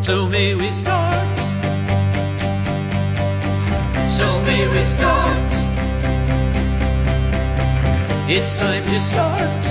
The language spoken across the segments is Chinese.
So may we start. So may we start. It's time to start.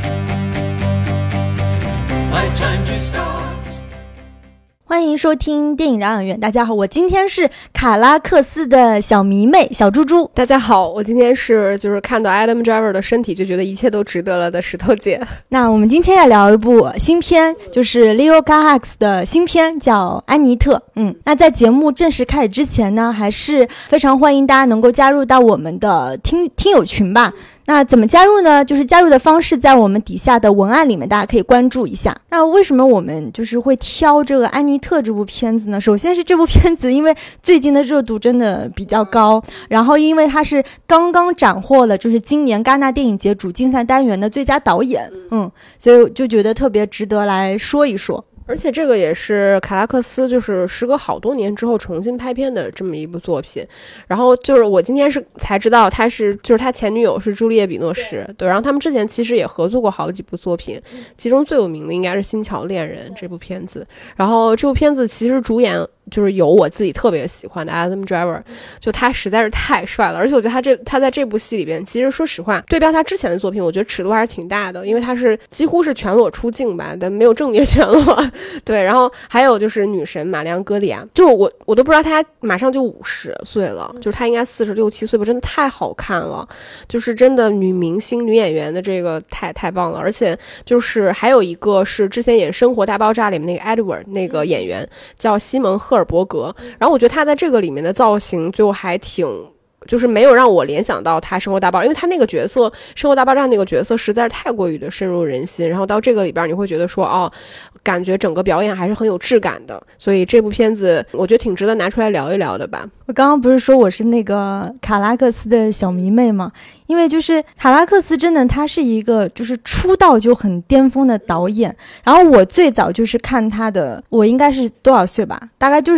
My time to start. 欢迎收听电影疗养院，大家好，我今天是卡拉克斯的小迷妹小猪猪。 大家好，我今天是看到 Adam Driver 的身体就觉得一切都值得了的石头姐。 那我们今天要聊一部新片，就是 Leo Carax 的新片叫《安妮特》。那在节目正式开始之前呢，还是非常欢迎大家能够加入到我们的听友群吧。那怎么加入呢？就是加入的方式在我们底下的文案里面，大家可以关注一下。那为什么我们会挑这个安妮特这部片子呢？首先是这部片子因为最近的热度真的比较高，然后因为它是刚刚斩获了今年戛纳电影节主竞赛单元的最佳导演，所以就觉得特别值得来说一说。 而且这个也是卡拉克斯时隔好多年之后重新拍片的这么一部作品。然后我今天才知道他是他前女友是朱丽叶·比诺什，对，然后他们之前其实也合作过好几部作品，其中最有名的应该是《新桥恋人》这部片子。然后这部片子其实主演有我自己特别喜欢的 Adam Driver， 他实在是太帅了，而且我觉得他在这部戏里边，其实说实话对标他之前的作品，我觉得尺度还是挺大的，因为他是几乎是全裸出镜吧，但没有正面全裸。对，然后还有女神玛丽昂·戈利亚，我都不知道他马上就50岁了，他应该46、7岁吧，真的太好看了，真的女明星女演员的这个太棒了。而且还有一个是之前演《生活大爆炸》里面那个 Edward 那个演员叫西蒙·赫尔伯格，然后我觉得他在这个里面的造型就还挺没有让我联想到他生活大爆炸，因为他那个角色生活大爆炸那个角色实在是太过于的深入人心，然后到这个里边你会觉得感觉整个表演还是很有质感的，所以这部片子我觉得挺值得拿出来聊一聊的吧。 我刚刚不是说我是那个卡拉克斯的小迷妹吗？因为卡拉克斯真的他是一个出道就很巅峰的导演，然后我最早看他的，我应该是多少岁吧，大概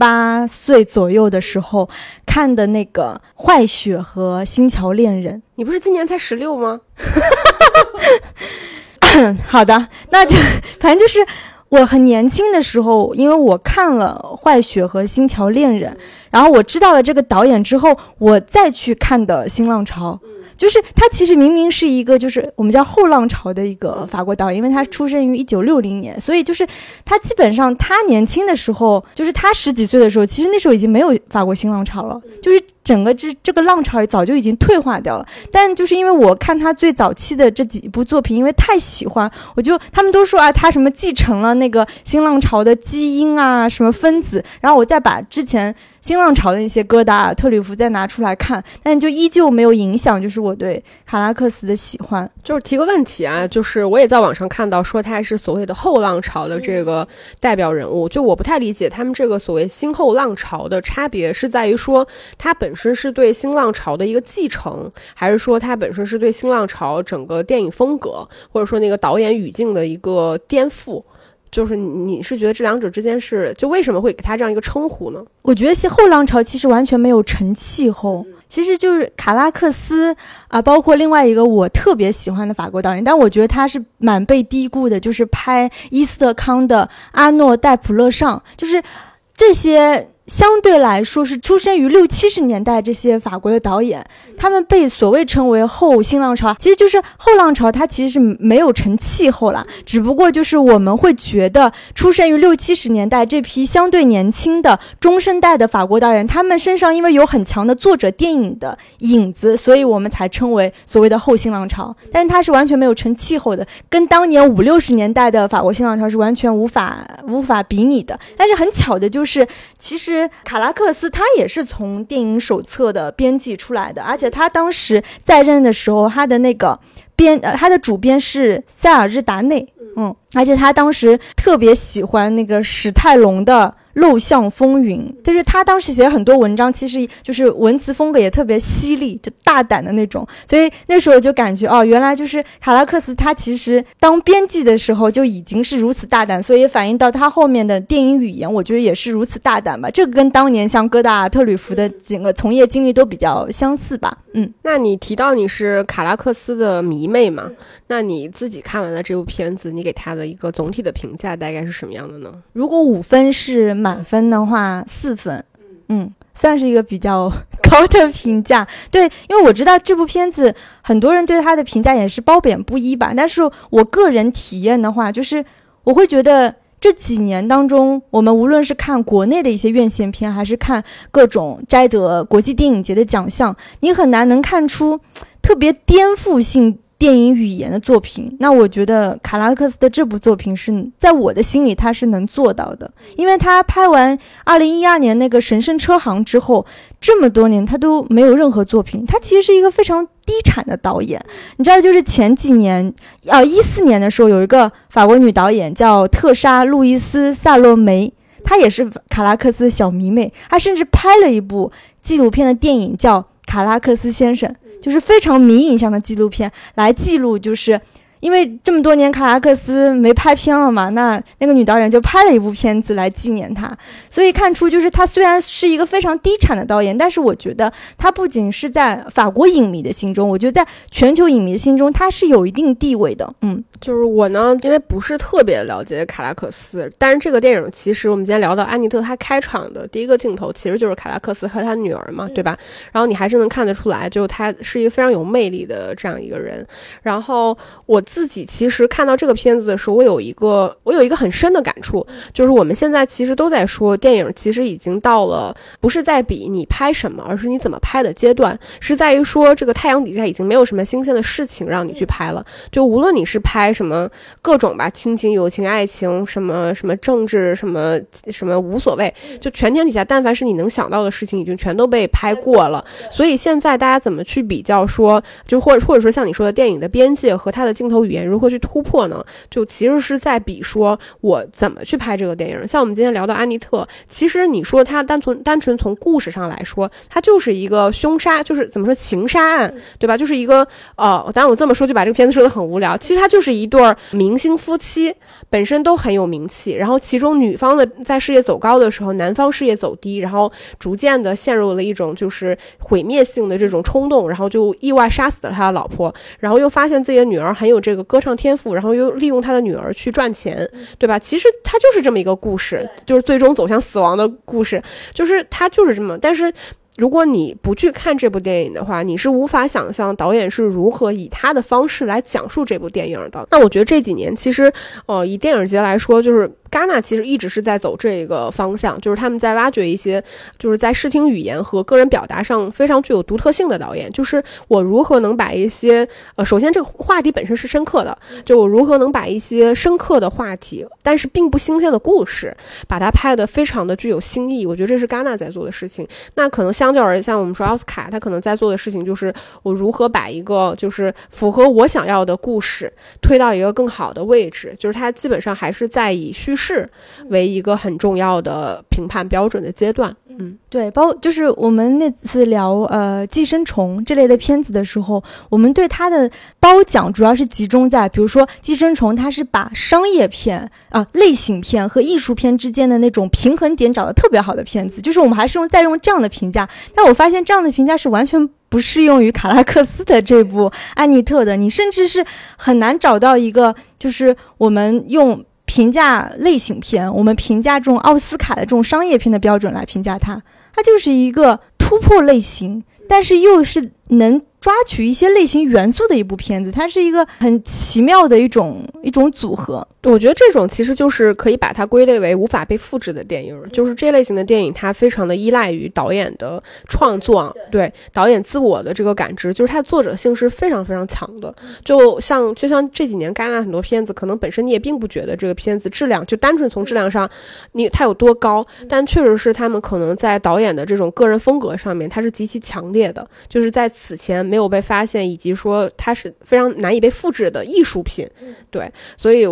18岁左右的时候看的那个《坏血》和《新桥恋人》。 你不是今年才16吗？ 好的，那就反正我很年轻的时候，因为我看了《坏血》和《新桥恋人》，然后我知道了这个导演之后，我再去看的《新浪潮》。他其实明明是一个我们叫后浪潮的一个法国导演，因为他出生于1960年，所以他基本上他年轻的时候，他10几岁的时候，其实那时候已经没有法国新浪潮了，整个这个浪潮早就已经退化掉了。但因为我看他最早期的这几部作品，因为太喜欢，他们都说他什么继承了那个新浪潮的基因啊，什么分子，然后我再把之前新浪潮的那些歌达尔特吕弗再拿出来看，但依旧没有影响我对卡拉克斯的喜欢。 提个问题啊，我也在网上看到说他是所谓的后浪潮的这个代表人物，我不太理解他们这个所谓新后浪潮的差别是在于说他本身是对新浪潮的一个继承，还是说他本身是对新浪潮整个电影风格或者说那个导演语境的一个颠覆？你是觉得这两者之间为什么会给他这样一个称呼呢？ 我觉得后浪潮其实完全没有成气候，其实卡拉克斯包括另外一个我特别喜欢的法国导演，但我觉得他是蛮被低估的，拍伊斯特康的阿诺戴普勒尚，这些相对来说是出生于60、70年代这些法国的导演，他们被所谓称为后新浪潮，其实后浪潮它其实是没有成气候啦，只不过我们会觉得出生于60、70年代这批相对年轻的中生代的法国导演，他们身上因为有很强的作者电影的影子，所以我们才称为所谓的后新浪潮，但是它是完全没有成气候的，跟当年50、60年代的法国新浪潮是完全无法比拟的。但是很巧的其实卡拉克斯他也是从电影手册的编辑出来的，而且他当时在任的时候，他的那个他的主编是塞尔日达内，而且他当时特别喜欢那个史泰龙的陋巷风云，就是他当时写很多文章，其实就是文词风格也特别犀利，就大胆的那种，所以那时候就感觉原来就是卡拉克斯他其实当编辑的时候就已经是如此大胆，所以也反映到他后面的电影语言，我觉得也是如此大胆吧。这个跟当年像戈达尔、特吕弗的整个从业经历都比较相似吧。 那你提到你是卡拉克斯的迷妹嘛？那你自己看完了这部片子，你给他的一个总体的评价大概是什么样的呢？ 如果5分是满分的话，4分，算是一个比较高的评价。对，因为我知道这部片子很多人对他的评价也是褒贬不一吧，但是我个人体验的话，就是我会觉得这几年当中，我们无论是看国内的一些院线片，还是看各种摘得国际电影节的奖项，你很难能看出特别颠覆性电影语言的作品。那我觉得卡拉克斯的这部作品是在我的心里他是能做到的，因为他拍完2012年那个神圣车行之后，这么多年他都没有任何作品，他其实是一个非常低产的导演。你知道，就是前几年14年的时候，有一个法国女导演叫特莎·路易斯·萨洛梅，她也是卡拉克斯的小迷妹，她甚至拍了一部纪录片的电影叫《卡拉克斯先生》，就是非常迷影像的纪录片，来记录就是因为这么多年卡拉克斯没拍片了嘛，那个女导演就拍了一部片子来纪念他。所以看出就是他虽然是一个非常低产的导演，但是我觉得他不仅是在法国影迷的心中，我觉得在全球影迷的心中他是有一定地位的。 就是我呢，因为不是特别了解卡拉克斯，但是这个电影其实我们今天聊到安妮特，她开场的第一个镜头其实就是卡拉克斯和他女儿嘛，对吧？然后你还是能看得出来，就他是一个非常有魅力的这样一个人。然后我自己其实看到这个片子的时候，我有一个很深的感触，就是我们现在其实都在说电影其实已经到了不是在比你拍什么，而是你怎么拍的阶段，是在于说这个太阳底下已经没有什么新鲜的事情让你去拍了，就无论你是拍什么各种吧，亲情、友情、爱情，什么政治，什么无所谓，就全天底下但凡是你能想到的事情已经全都被拍过了。所以现在大家怎么去比较说，就或者说像你说的电影的边界和它的镜头语言如何去突破呢？就其实是在比说我怎么去拍这个电影。像我们今天聊到安妮特，其实你说它单纯从故事上来说，它就是一个凶杀，就是怎么说情杀案，对吧？就是一个当然我这么说就把这个片子说得很无聊，其实它就是一对明星夫妻，本身都很有名气，然后其中女方的在事业走高的时候，男方事业走低，然后逐渐的陷入了一种就是毁灭性的这种冲动，然后就意外杀死了他的老婆，然后又发现自己的女儿很有这个歌唱天赋，然后又利用他的女儿去赚钱，对吧？其实他就是这么一个故事，就是最终走向死亡的故事，就是他就是这么。但是如果你不去看这部电影的话，你是无法想象导演是如何以他的方式来讲述这部电影的。那我觉得这几年其实以电影节来说，就是戛纳其实一直是在走这个方向，就是他们在挖掘一些就是在视听语言和个人表达上非常具有独特性的导演，就是我如何能把一些首先这个话题本身是深刻的，就我如何能把一些深刻的话题但是并不新鲜的故事把它拍得非常的具有新意，我觉得这是戛纳在做的事情。那可能相较而像我们说奥斯卡，他可能在做的事情就是我如何把一个就是符合我想要的故事推到一个更好的位置，就是他基本上还是在以叙事为一个很重要的评判标准的阶段。 对，就是我们那次聊寄生虫这类的片子的时候，我们对它的褒奖主要是集中在比如说寄生虫它是把商业片类型片和艺术片之间的那种平衡点找得特别好的片子，就是我们还是在用这样的评价，但我发现这样的评价是完全不适用于卡拉克斯的这部安妮特的，你甚至是很难找到一个就是我们用评价类型片，我们评价这种奥斯卡的这种商业片的标准来评价它就是一个突破类型，但是又是能抓取一些类型元素的一部片子，它是一个很奇妙的一种组合。 我觉得这种其实就是可以把它归类为无法被复制的电影，就是这类型的电影它非常的依赖于导演的创作，对导演自我的这个感知，就是它的作者性是非常非常强的。就像这几年戛纳很多片子，可能本身你也并不觉得这个片子质量，就单纯从质量上它有多高，但确实是他们可能在导演的这种个人风格上面它是极其强烈的，就是在此前没有被发现，以及说它是非常难以被复制的艺术品。对，所以我觉得是在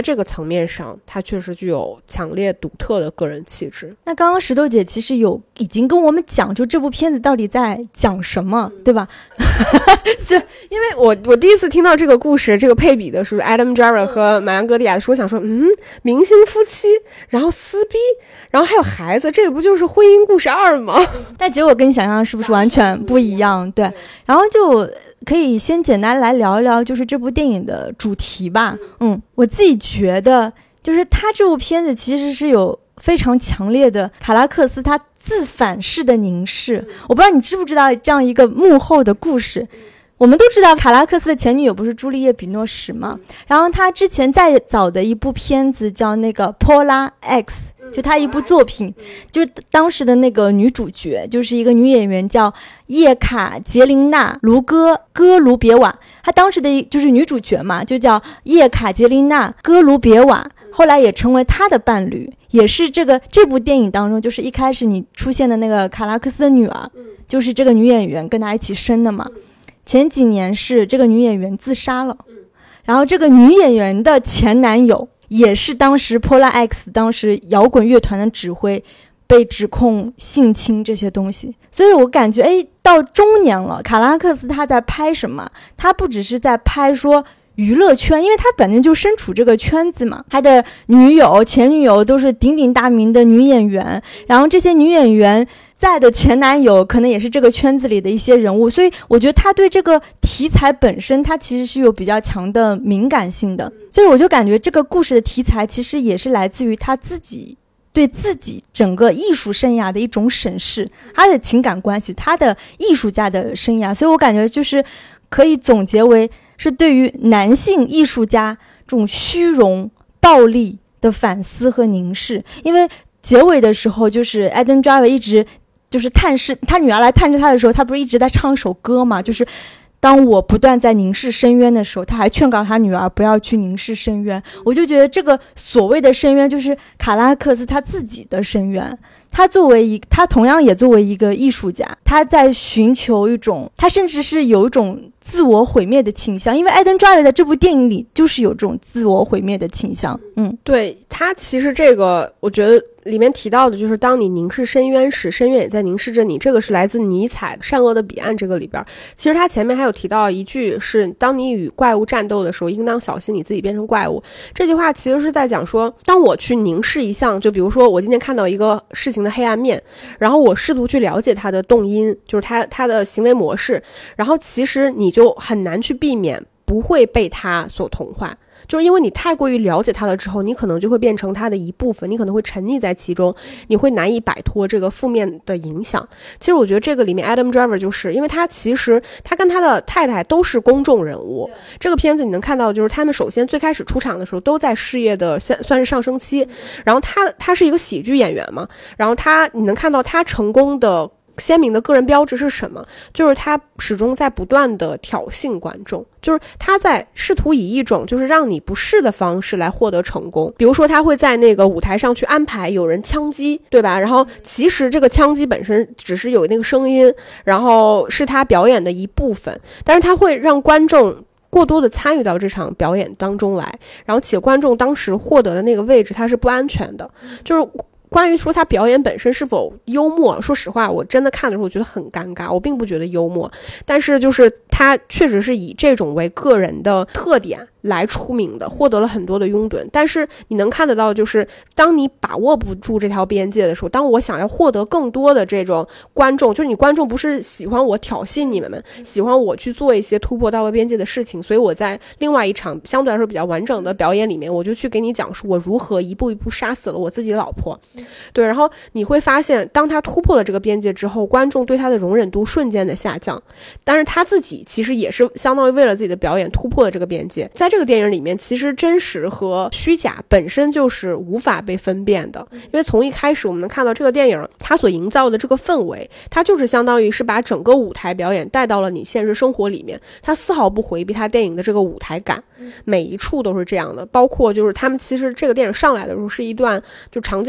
在这个层面上他确实具有强烈独特的个人气质。 那刚刚石头姐其实已经跟我们讲，就这部片子到底在讲什么，对吧？ 因为我第一次听到这个故事，这个配比的是 Adam Driver 和玛丽安·戈迪亚的时候，我想说，明星夫妻，然后撕逼，然后还有孩子，这个不就是婚姻故事2吗？ 但结果跟你想象是不是完全不一样？对，然后就可以先简单来聊一聊，就是这部电影的主题吧。我自己觉得，就是他这部片子其实是有非常强烈的卡拉克斯他自反式的凝视。我不知道你知不知道这样一个幕后的故事。我们都知道卡拉克斯的前女友不是朱丽叶·比诺什吗？然后他之前再早的一部片子叫那个 Polar X， 就他一部作品，就当时的那个女主角就是一个女演员叫叶卡捷琳娜·戈卢别瓦，她当时的就是女主角嘛，就叫叶卡捷琳娜·戈卢别瓦，后来也成为她的伴侣，也是这部电影当中就是一开始你出现的那个卡拉克斯的女儿，就是这个女演员跟她一起生的嘛。前几年是这个女演员自杀了，然后这个女演员的前男友也是当时 Polar X 当时摇滚乐团的指挥，被指控性侵这些东西。所以我感觉到中年了，卡拉克斯他在拍什么？他不只是在拍说娱乐圈，因为他本身就身处这个圈子嘛，他的女友前女友都是鼎鼎大名的女演员，然后这些女演员在的前男友可能也是这个圈子里的一些人物，所以我觉得他对这个题材本身他其实是有比较强的敏感性的，所以我就感觉这个故事的题材其实也是来自于他自己对自己整个艺术生涯的一种审视，他的情感关系，他的艺术家的生涯，所以我感觉就是可以总结为是对于男性艺术家这种虚荣暴力的反思和凝视。因为结尾的时候就是 Adam Driver 一直就是探视他女儿来探视他的时候，他不是一直在唱一首歌嘛，就是当我不断在凝视深渊的时候，他还劝告他女儿不要去凝视深渊。我就觉得这个所谓的深渊就是卡拉克斯他自己的深渊，他同样也作为一个艺术家，他在寻求一种，他甚至是有一种自我毁灭的倾向，因为Adam Driver在这部电影里就是有这种自我毁灭的倾向。 对，他其实这个我觉得里面提到的就是当你凝视深渊时，深渊也在凝视着你，这个是来自尼采《善恶的彼岸》这个里边。其实他前面还有提到一句是当你与怪物战斗的时候，应当小心你自己变成怪物。这句话其实是在讲说，当我去凝视一项，就比如说我今天看到一个事情的黑暗面，然后我试图去了解它的动因，就是它的行为模式，然后其实你就很难去避免不会被它所同化，就是因为你太过于了解它了之后，你可能就会变成它的一部分，你可能会沉溺在其中，你会难以摆脱这个负面的影响。其实我觉得这个里面 Adam Driver 就是因为他其实他跟他的太太都是公众人物，这个片子你能看到就是他们首先最开始出场的时候都在事业的算是上升期，然后他是一个喜剧演员嘛，然后你能看到他成功的鲜明的个人标志是什么？就是他始终在不断的挑衅观众，就是他在试图以一种就是让你不适的方式来获得成功。比如说他会在那个舞台上去安排有人枪击，对吧？然后其实这个枪击本身只是有那个声音，然后是他表演的一部分，但是他会让观众过多的参与到这场表演当中来，然后且观众当时获得的那个位置他是不安全的。就是关于说他表演本身是否幽默，说实话我真的看的时候我觉得很尴尬，我并不觉得幽默，但是就是他确实是以这种为个人的特点来出名的，获得了很多的拥趸。但是你能看得到，就是当你把握不住这条边界的时候，当我想要获得更多的这种观众，就是你观众不是喜欢我挑衅你们，喜欢我去做一些突破到位边界的事情，所以我在另外一场相对来说比较完整的表演里面，我就去给你讲述我如何一步一步杀死了我自己的老婆。对，然后你会发现当他突破了这个边界之后，观众对他的容忍度瞬间的下降，但是他自己其实也是相当于为了自己的表演突破了这个边界。在这个电影里面，其实真实和虚假本身就是无法被分辨的，因为从一开始我们能看到这个电影它所营造的这个氛围，它就是相当于是把整个舞台表演带到了你现实生活里面，它丝毫不回避它电影的这个舞台感，每一处都是这样的。包括就是他们其实这个电影上来的时候是一段就长镜头嘛，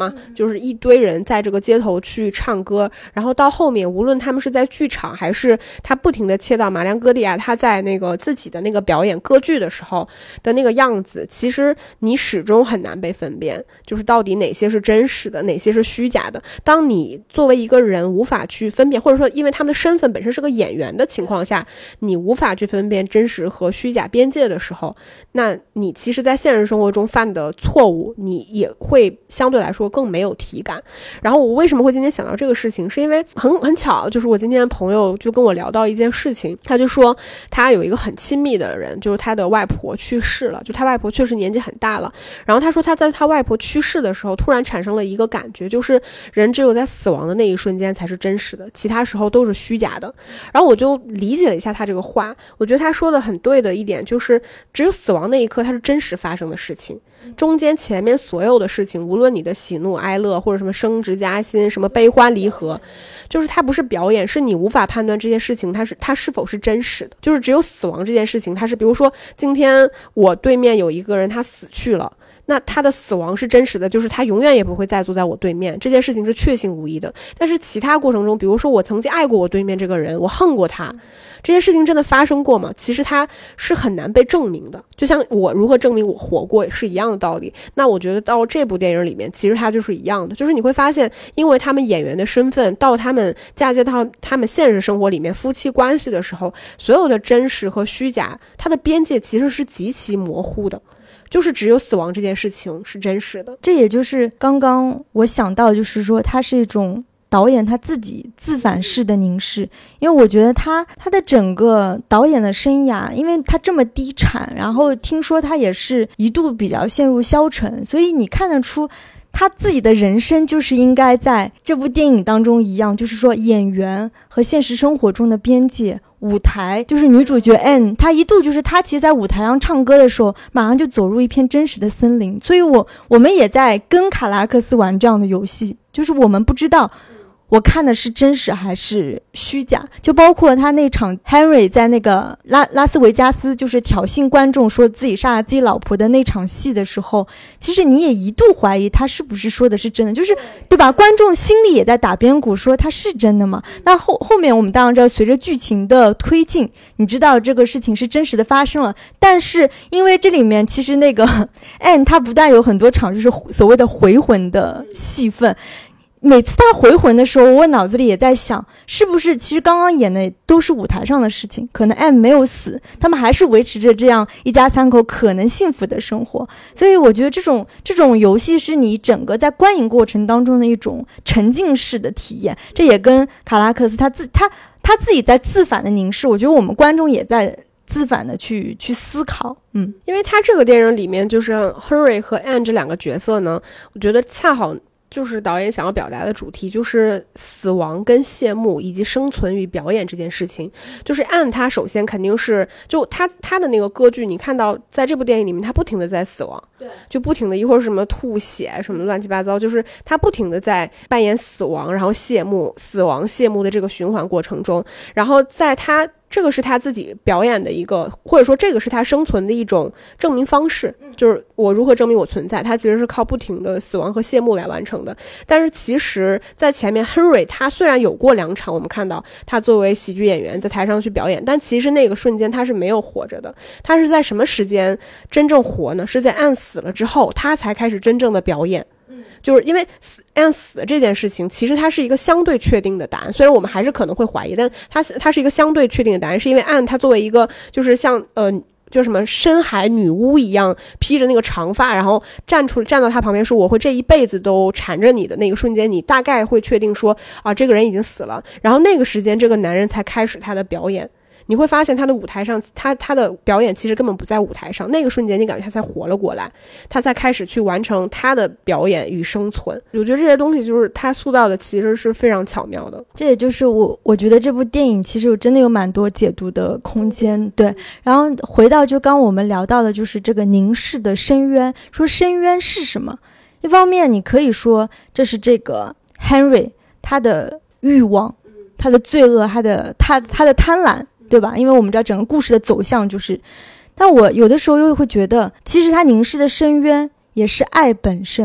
嘛，就是一堆人在这个街头去唱歌，然后到后面无论他们是在剧场还是他不停的切到马良戈蒂亚他在那个自己的那个表演歌剧的时候的那个样子，其实你始终很难被分辨，就是到底哪些是真实的，哪些是虚假的。当你作为一个人无法去分辨，或者说因为他们的身份本身是个演员的情况下，你无法去分辨真实和虚假边界的时候，那你其实在现实生活中犯的错误你也会相对来说更没有体感。然后我为什么会今天想到这个事情，是因为很巧，就是我今天朋友就跟我聊到一件事情，他就说他有一个很亲密的人，就是他的外婆去世了，就他外婆确实年纪很大了，然后他说他在他外婆去世的时候突然产生了一个感觉，就是人只有在死亡的那一瞬间才是真实的，其他时候都是虚假的。然后我就理解了一下他这个话，我觉得他说的很对的一点就是只有死亡那一刻它是真实发生的事情，中间前面所有的事情，无论你的喜怒哀乐或者什么升职加薪什么悲欢离合，就是它不是表演，是你无法判断这些事情它是否是真实的。就是只有死亡这件事情，它是比如说今天我对面有一个人他死去了，那他的死亡是真实的，就是他永远也不会再坐在我对面，这件事情是确信无疑的。但是其他过程中，比如说我曾经爱过我对面这个人，我恨过他，这些事情真的发生过吗？其实它是很难被证明的，就像我如何证明我活过是一样的道理。那我觉得到这部电影里面其实它就是一样的，就是你会发现因为他们演员的身份到他们嫁接到他们现实生活里面夫妻关系的时候，所有的真实和虚假它的边界其实是极其模糊的，就是只有死亡这件事情是真实的。 这也就是刚刚我想到，就是说它是一种导演他自己自反式的凝视。因为我觉得他的整个导演的生涯，因为他这么低产，然后听说他也是一度比较陷入消沉，所以你看得出他自己的人生就是应该在这部电影当中一样，就是说演员和现实生活中的边界，舞台就是女主角 Anne， 她一度就是她其实在舞台上唱歌的时候马上就走入一片真实的森林。所以我们也在跟卡拉克斯玩这样的游戏，就是我们不知道我看的是真实还是虚假。就包括他那场 Henry 在那个拉斯维加斯就是挑衅观众说自己杀了自己老婆的那场戏的时候，其实你也一度怀疑他是不是说的是真的，就是对吧，观众心里也在打边鼓说他是真的吗？那后面我们当然知道随着剧情的推进，你知道这个事情是真实的发生了，但是因为这里面其实那个 Anne 他不但有很多场就是所谓的回魂的戏份，每次他回魂的时候，我脑子里也在想，是不是其实刚刚演的都是舞台上的事情，可能 Anne 没有死，他们还是维持着这样一家三口可能幸福的生活。所以我觉得这种游戏是你整个在观影过程当中的一种沉浸式的体验。这也跟卡拉克斯他自己在自反的凝视，我觉得我们观众也在自反的去思考。 因为他这个电影里面就是 Henry 和 Anne 这两个角色呢，我觉得恰好就是导演想要表达的主题，就是死亡跟谢幕以及生存与表演这件事情。就是按他首先肯定是就他的那个歌剧，你看到在这部电影里面他不停的在死亡，对，就不停的一会儿什么吐血什么乱七八糟，就是他不停的在扮演死亡然后谢幕死亡谢幕的这个循环过程中，然后在他这个是他自己表演的一个，或者说这个是他生存的一种证明方式，就是我如何证明我存在，他其实是靠不停的死亡和谢幕来完成的。但是其实在前面 Henry 他虽然有过2场，我们看到他作为喜剧演员在台上去表演，但其实那个瞬间他是没有活着的。他是在什么时间真正活呢？是在Anne死了之后他才开始真正的表演。就是因为Anne死这件事情其实它是一个相对确定的答案，虽然我们还是可能会怀疑，但它是一个相对确定的答案，是因为Anne她作为一个就是像就什么深海女巫一样披着那个长发，然后站到他旁边说我会这一辈子都缠着你的那个瞬间，你大概会确定说啊这个人已经死了，然后那个时间这个男人才开始他的表演。你会发现他的舞台上他的表演其实根本不在舞台上，那个瞬间你感觉他才活了过来，他才开始去完成他的表演与生存。我觉得这些东西就是他塑造的其实是非常巧妙的。 这也就是我觉得这部电影其实真的有蛮多解读的空间。对，然后回到就刚我们聊到的就是这个凝视的深渊，说深渊是什么？一方面你可以说这是这个 Henry 他的欲望，他的罪恶，他的贪婪，对吧？因为我们知道整个故事的走向就是，但我有的时候又会觉得其实他凝视的深渊也是爱本身。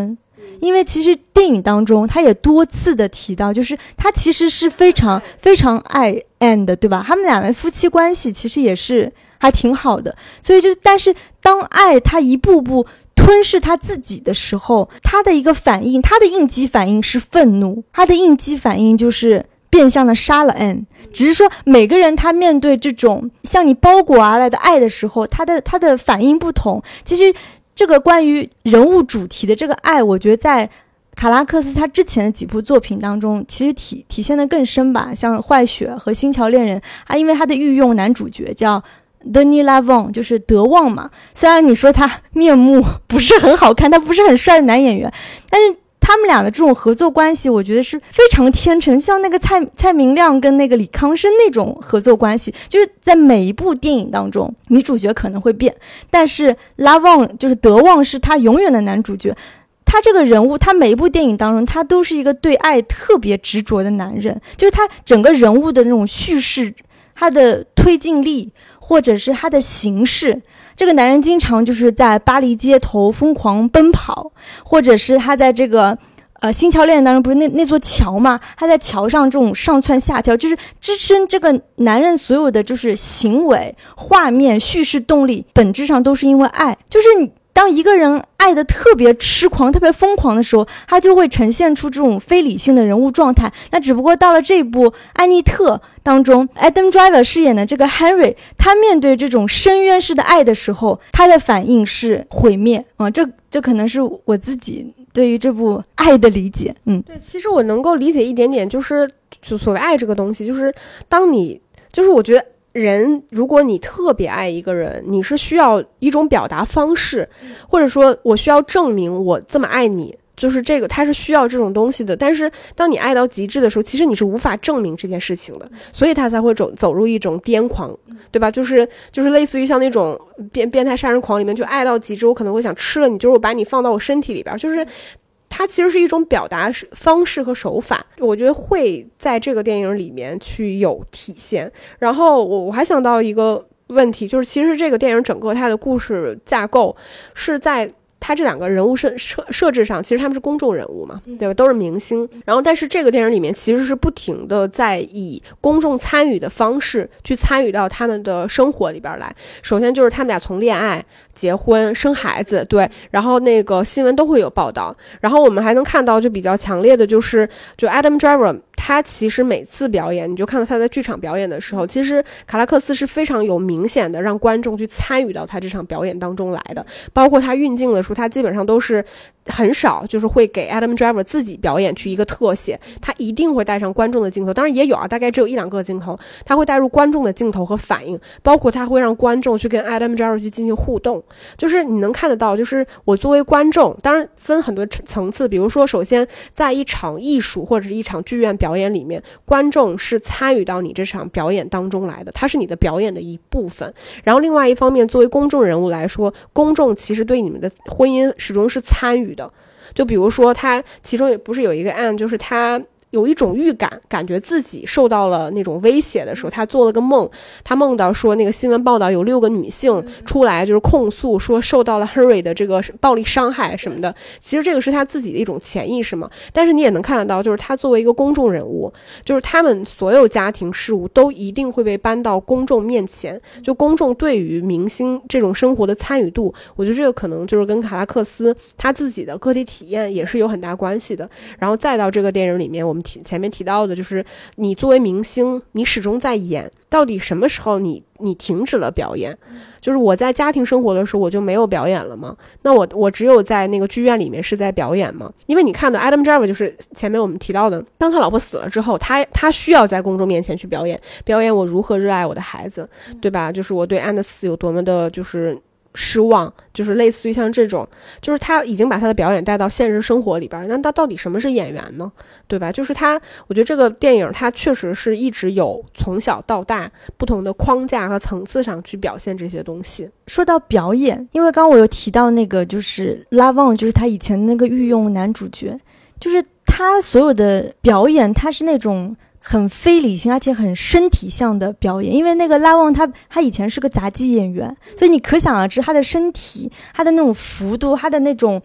因为其实电影当中他也多次的提到，就是他其实是非常非常爱 Anne 的，对吧？他们俩的夫妻关系其实也是还挺好的，所以但是当爱他一步步吞噬他自己的时候，他的一个反应，他的应激反应是愤怒，他的应激反应就是变相的杀了 Anne。 只是说每个人他面对这种向你包裹而来的爱的时候，他的反应不同。其实这个关于人物主题的这个爱，我觉得在卡拉克斯他之前的几部作品当中其实体现的更深吧，像坏血和星桥恋人，因为他的御用男主角叫Denis Lavant， 就是德旺嘛。虽然你说他面目不是很好看，他不是很帅的男演员，但是他们俩的这种合作关系我觉得是非常天成，像那个蔡明亮跟那个李康生那种合作关系，就是在每一部电影当中女主角可能会变，但是拉旺就是德旺是他永远的男主角。他这个人物，他每一部电影当中他都是一个对爱特别执着的男人，就是他整个人物的那种叙事，他的推进力或者是他的形式，这个男人经常就是在巴黎街头疯狂奔跑，或者是他在这个星桥恋人当中不是那座桥嘛，他在桥上这种上蹿下跳，就是支撑这个男人所有的就是行为、画面、叙事动力，本质上都是因为爱。就是你当一个人爱的特别痴狂、特别疯狂的时候，他就会呈现出这种非理性的人物状态。那只不过到了这部安妮特当中 Adam Driver 饰演的这个 Henry， 他面对这种深渊式的爱的时候，他的反应是毁灭这可能是我自己对于这部爱的理解。 对，其实我能够理解一点点，就所谓爱这个东西，就是当你就是我觉得人如果你特别爱一个人，你是需要一种表达方式，或者说我需要证明我这么爱你，就是这个他是需要这种东西的。但是当你爱到极致的时候，其实你是无法证明这件事情的，所以他才会走入一种癫狂，对吧？就是类似于像那种变态杀人狂里面，就爱到极致，我可能会想吃了你，就是我把你放到我身体里边，就是它其实是一种表达方式和手法，我觉得会在这个电影里面去有体现。然后我还想到一个问题，就是其实这个电影整个它的故事架构是在他这两个人物设置上，其实他们是公众人物嘛，对吧？都是明星。然后但是这个电影里面其实是不停的在以公众参与的方式去参与到他们的生活里边来。首先就是他们俩从恋爱、结婚、生孩子，对，然后那个新闻都会有报道。然后我们还能看到就比较强烈的就 Adam Driver， 他其实每次表演，你就看到他在剧场表演的时候，其实卡拉克斯是非常有明显的让观众去参与到他这场表演当中来的。包括他运镜的时候，他基本上都是很少就是会给 Adam Driver 自己表演去一个特写，他一定会带上观众的镜头，当然也有大概只有1-2个镜头，他会带入观众的镜头和反应，包括他会让观众去跟 Adam Driver 去进行互动。就是你能看得到，就是我作为观众，当然分很多层次，比如说首先在一场艺术或者是一场剧院表演里面，观众是参与到你这场表演当中来的，它是你的表演的一部分。然后另外一方面，作为公众人物来说，公众其实对你们的婚姻始终是参与的。就比如说他其中也不是有一个案，就是他有一种预感，感觉自己受到了那种威胁的时候，他做了个梦，他梦到说那个新闻报道有6个女性出来就是控诉说受到了 Henry 的这个暴力伤害什么的，其实这个是他自己的一种潜意识嘛。但是你也能看得到，就是他作为一个公众人物，就是他们所有家庭事务都一定会被搬到公众面前，就公众对于明星这种生活的参与度，我觉得这个可能就是跟卡拉克斯他自己的个体体验也是有很大关系的。然后再到这个电影里面，我们前面提到的就是你作为明星，你始终在演，到底什么时候你停止了表演？就是我在家庭生活的时候我就没有表演了吗？那我只有在那个剧院里面是在表演吗？因为你看到 Adam Driver 就是前面我们提到的，当他老婆死了之后，他需要在公众面前去表演我如何热爱我的孩子，对吧？就是我对安的死有多么的就是失望，就是类似于像这种，就是他已经把他的表演带到现实生活里边，那他到底什么是演员呢？对吧？就是我觉得这个电影它确实是一直有从小到大不同的框架和层次上去表现这些东西。 说到表演，因为刚刚我有提到那个就是拉旺，就是他以前那个御用男主角，就是他所有的表演他是那种很非理性而且很身体向的表演。因为那个拉旺他以前是个杂技演员，所以你可想而知他的身体，他的那种幅度，他的那种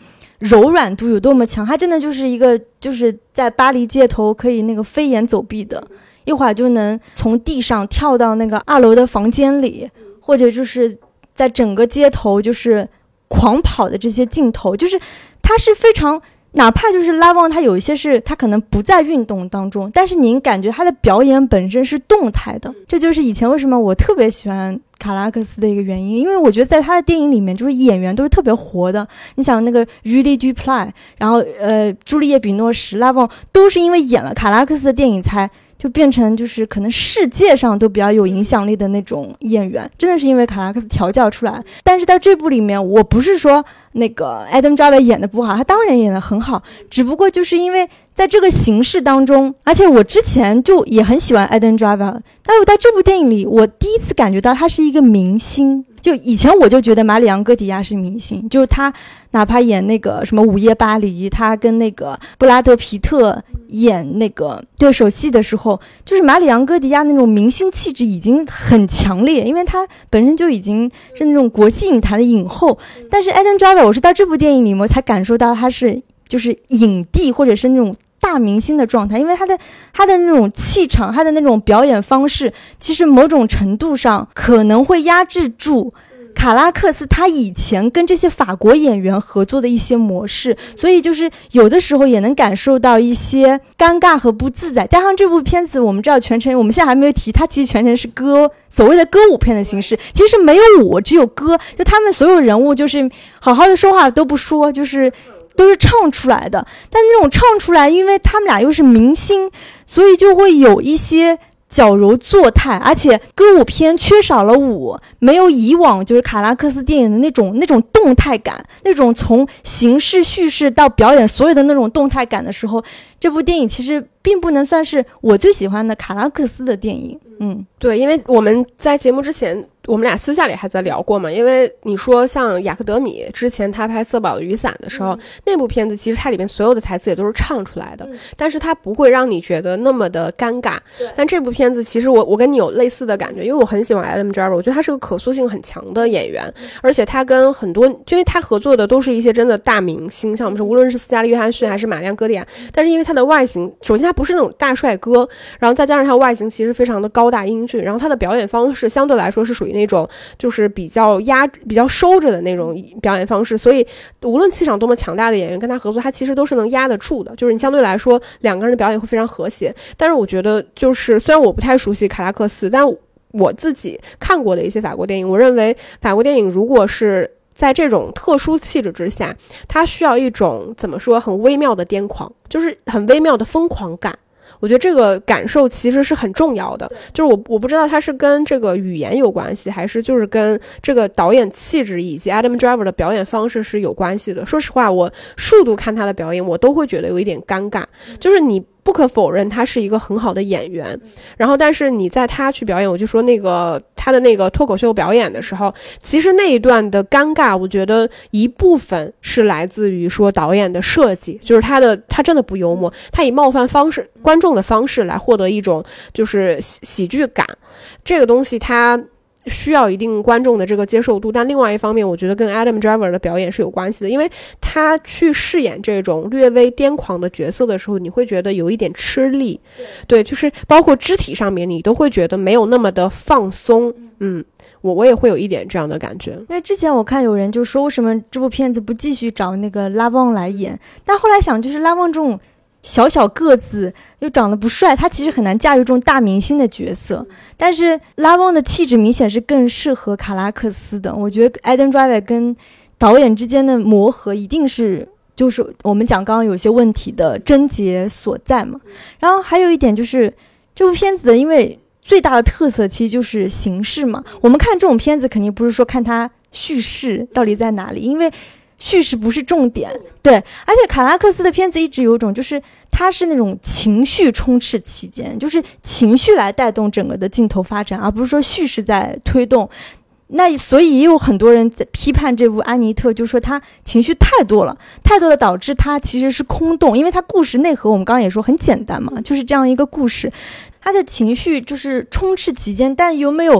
柔软度有多么强，他真的就是一个就是在巴黎街头可以那个飞檐走壁的，一会儿就能从地上跳到那个2楼的房间里，或者就是在整个街头就是狂跑的这些镜头，就是他是非常，哪怕就是拉旺他有一些是他可能不在运动当中，但是您感觉他的表演本身是动态的，这就是以前为什么我特别喜欢卡拉克斯的一个原因，因为我觉得在他的电影里面就是演员都是特别活的，你想那个 Julie Duplat， 然后朱丽叶比诺什、拉旺都是因为演了卡拉克斯的电影才就变成就是可能世界上都比较有影响力的那种演员，真的是因为卡拉克斯调教出来。但是在这部里面，我不是说那个 Adam Driver 演的不好，他当然演的很好，只不过就是因为在这个形式当中，而且我之前就也很喜欢 Adam Driver， 但是在这部电影里，我第一次感觉到他是一个明星。就以前我就觉得马里昂戈迪亚是明星，就他哪怕演那个什么午夜巴黎，他跟那个布拉德皮特演那个对手戏的时候，就是马里昂戈迪亚那种明星气质已经很强烈，因为他本身就已经是那种国际影坛的影后。但是 Adam Driver 我是到这部电影里面才感受到他是就是影帝或者是那种大明星的状态，因为他的那种气场，他的那种表演方式，其实某种程度上可能会压制住卡拉克斯他以前跟这些法国演员合作的一些模式，所以就是有的时候也能感受到一些尴尬和不自在。加上这部片子我们知道全程我们现在还没有提，它其实全程是所谓的歌舞片的形式，其实没有舞只有歌，就他们所有人物就是好好的说话都不说，就是都是唱出来的，但那种唱出来因为他们俩又是明星，所以就会有一些矫揉作态，而且歌舞片缺少了舞，没有以往就是卡拉克斯电影的那种动态感，那种从形式叙事到表演所有的那种动态感的时候，这部电影其实并不能算是我最喜欢的卡拉克斯的电影。 对，因为我们在节目之前我们俩私下里还在聊过嘛，因为你说像雅克德米之前他拍瑟宝的雨伞的时候，那部片子其实它里面所有的台词也都是唱出来的，但是它不会让你觉得那么的尴尬。但这部片子其实我跟你有类似的感觉，因为我很喜欢 Adam Driver， 我觉得他是个可塑性很强的演员，而且他跟很多因为他合作的都是一些真的大明星，像我们说无论是斯嘉丽约翰逊还是玛丽安戈迪亚，但是因为他的外形，首先他不是那种大帅哥，然后再加上他外形其实非常的高大英俊，然后他的表演方式相对来说是属于那种就是比较收着的那种表演方式，所以无论气场多么强大的演员跟他合作，他其实都是能压得住的，就是你相对来说两个人的表演会非常和谐。但是我觉得就是虽然我不太熟悉卡拉克斯，但我自己看过的一些法国电影，我认为法国电影如果是在这种特殊气质之下，它需要一种怎么说很微妙的癫狂，就是很微妙的疯狂感。我觉得这个感受其实是很重要的，就是我不知道它是跟这个语言有关系，还是就是跟这个导演气质以及 Adam Driver 的表演方式是有关系的。说实话，我数度看他的表演，我都会觉得有一点尴尬，就是你不可否认他是一个很好的演员，然后但是你在他去表演，我就说那个他的那个脱口秀表演的时候，其实那一段的尴尬我觉得一部分是来自于说导演的设计，就是他真的不幽默，他以冒犯观众的方式来获得一种就是喜剧感，这个东西他需要一定观众的这个接受度。但另外一方面我觉得跟 Adam Driver 的表演是有关系的，因为他去饰演这种略微癫狂的角色的时候，你会觉得有一点吃力，对，就是包括肢体上面你都会觉得没有那么的放松。我也会有一点这样的感觉。 因为之前我看有人就说为什么这部片子不继续找那个拉旺来演，但后来想就是拉旺这种小个子又长得不帅，他其实很难驾驭这种大明星的角色，但是拉旺的气质明显是更适合卡拉克斯的。我觉得 Adam Driver 跟导演之间的磨合一定是就是我们讲刚刚有些问题的症结所在嘛。然后还有一点就是这部片子的因为最大的特色其实就是形式嘛，我们看这种片子肯定不是说看它叙事到底在哪里，因为叙事不是重点，对，而且卡拉克斯的片子一直有一种就是它是那种情绪充斥其间，就是情绪来带动整个的镜头发展，而不是说叙事在推动。那所以也有很多人在批判这部安妮特，就说他情绪太多了导致他其实是空洞，因为他故事内核我们刚刚也说很简单嘛，就是这样一个故事，他的情绪就是充斥其间，但又没有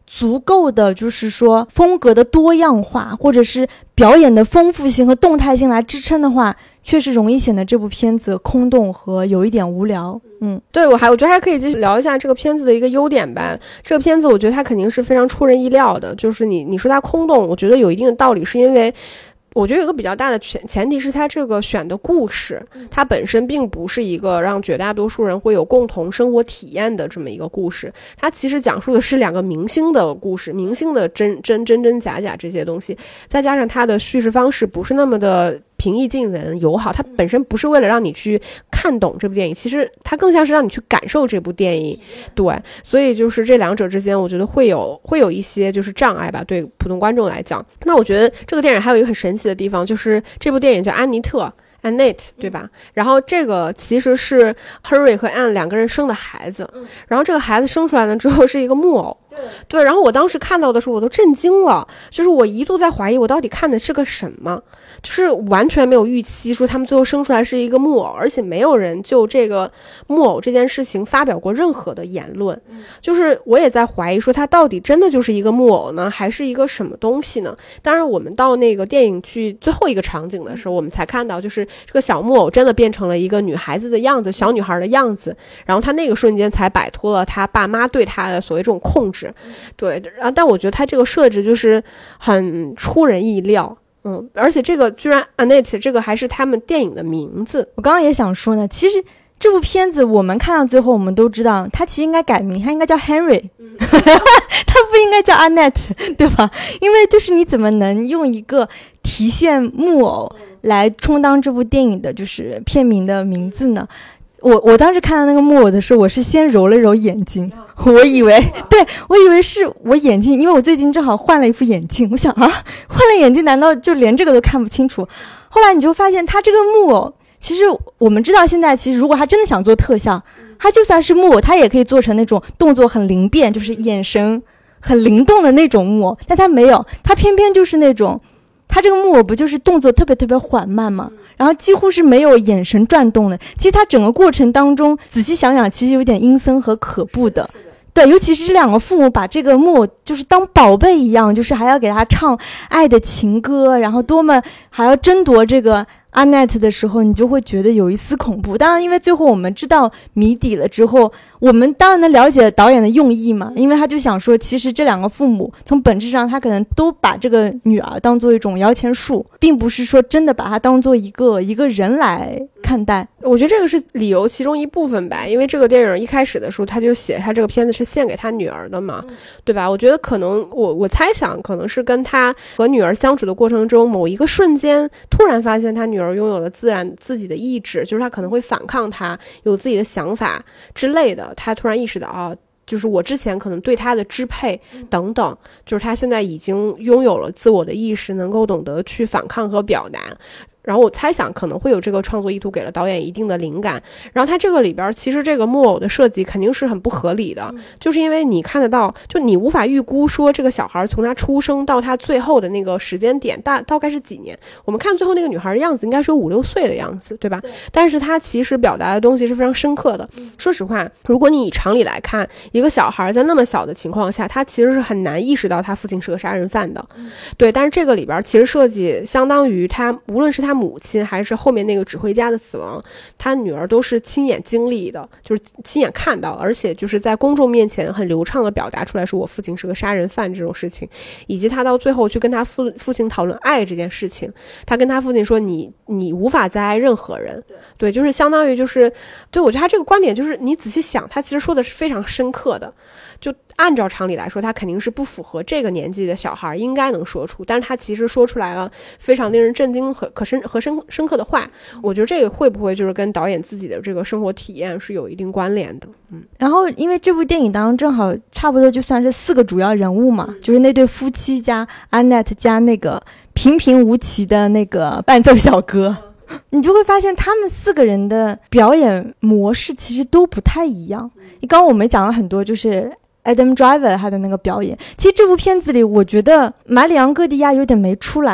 足够的就是说风格的多样化，或者是表演的丰富性和动态性来支撑的话，确实容易显得这部片子空洞和有一点无聊。 对，我觉得还可以继续聊一下这个片子的一个优点吧。这个片子我觉得它肯定是非常出人意料的，就是你说它空洞，我觉得有一定的道理，是因为我觉得有个比较大的前提是它这个选的故事，它本身并不是一个让绝大多数人会有共同生活体验的这么一个故事，它其实讲述的是两个明星的故事，明星的真假这些东西，再加上它的叙事方式不是那么的平易近人友好，它本身不是为了让你去看懂这部电影，其实它更像是让你去感受这部电影。对，所以就是这两者之间我觉得会有一些就是障碍吧，对普通观众来讲。那我觉得这个电影还有一个很神奇的地方，就是这部电影叫安妮特Annette 对吧？然后这个其实是 Henry 和 Anne 两个人生的孩子，然后这个孩子生出来了之后是一个木偶。对，然后我当时看到的时候我都震惊了，就是我一度在怀疑我到底看的是个什么，就是完全没有预期说他们最后生出来是一个木偶，而且没有人就这个木偶这件事情发表过任何的言论，就是我也在怀疑说他到底真的就是一个木偶呢，还是一个什么东西呢？当然我们到那个电影去最后一个场景的时候，我们才看到就是这个小木偶真的变成了一个女孩子的样子，小女孩的样子，然后他那个瞬间才摆脱了他爸妈对他的所谓这种控制。对，但我觉得他这个设置就是很出人意料。而且这个居然 Annette 这个还是他们电影的名字。 我刚刚也想说呢，其实这部片子我们看到最后我们都知道他其实应该改名，他应该叫 Henry 他不应该叫 Annette 对吧？因为就是你怎么能用一个提线木偶来充当这部电影的就是片名的名字呢？我当时看到那个木偶的时候，我是先揉了揉眼睛，我以为是我眼镜，因为我最近正好换了一副眼镜，我想换了眼镜难道就连这个都看不清楚？后来你就发现他这个木偶，其实我们知道现在其实如果他真的想做特效，他就算是木偶他也可以做成那种动作很灵便，就是眼神很灵动的那种木偶，但他没有，他偏偏就是那种，他这个木偶不就是动作特别特别缓慢吗？然后几乎是没有眼神转动的。其实他整个过程当中仔细想想其实有点阴森和可怖的。对，尤其是这两个父母把这个木偶就是当宝贝一样，就是还要给他唱爱的情歌，然后多么还要争夺这个Annette 的时候，你就会觉得有一丝恐怖。当然因为最后我们知道谜底了之后，我们当然能了解导演的用意嘛，因为他就想说其实这两个父母从本质上他可能都把这个女儿当做一种摇钱树，并不是说真的把她当做一个人来看待。 我觉得这个是理由其中一部分吧，因为这个电影一开始的时候他就写他这个片子是献给他女儿的嘛，对吧？我觉得可能我猜想可能是跟他和女儿相处的过程中某一个瞬间突然发现他女儿拥有了自己的意志，就是他可能会反抗他，有自己的想法之类的，他突然意识到就是我之前可能对他的支配等等，就是他现在已经拥有了自我的意识，能够懂得去反抗和表达。然后我猜想可能会有这个创作意图给了导演一定的灵感。然后他这个里边其实这个木偶的设计肯定是很不合理的，就是因为你看得到，就你无法预估说这个小孩从他出生到他最后的那个时间点大概是几年。我们看最后那个女孩的样子应该是有5-6岁的样子，对吧？但是他其实表达的东西是非常深刻的。说实话，如果你以常理来看，一个小孩在那么小的情况下，他其实是很难意识到他父亲是个杀人犯的。对，但是这个里边其实设计相当于他无论是他母亲还是后面那个指挥家的死亡，他女儿都是亲眼经历的，就是亲眼看到，而且就是在公众面前很流畅的表达出来说我父亲是个杀人犯这种事情，以及他到最后去跟他父亲讨论爱这件事情，他跟他父亲说你无法再爱任何人。对，就是相当于就是对，我觉得他这个观点就是你仔细想，他其实说的是非常深刻的，就按照常理来说他肯定是不符合这个年纪的小孩应该能说出，但是他其实说出来了非常令人震惊和深刻的话。我觉得这个会不会就是跟导演自己的这个生活体验是有一定关联的。 然后因为这部电影当中正好差不多就算是4个主要人物嘛，就是那对夫妻加 Annette 加那个平平无奇的那个伴奏小哥，你就会发现他们4个人的表演模式其实都不太一样。刚刚我们讲了很多就是Adam Driver 他的那个表演，其实这部片子里我觉得马里昂戈迪亚有点没出来，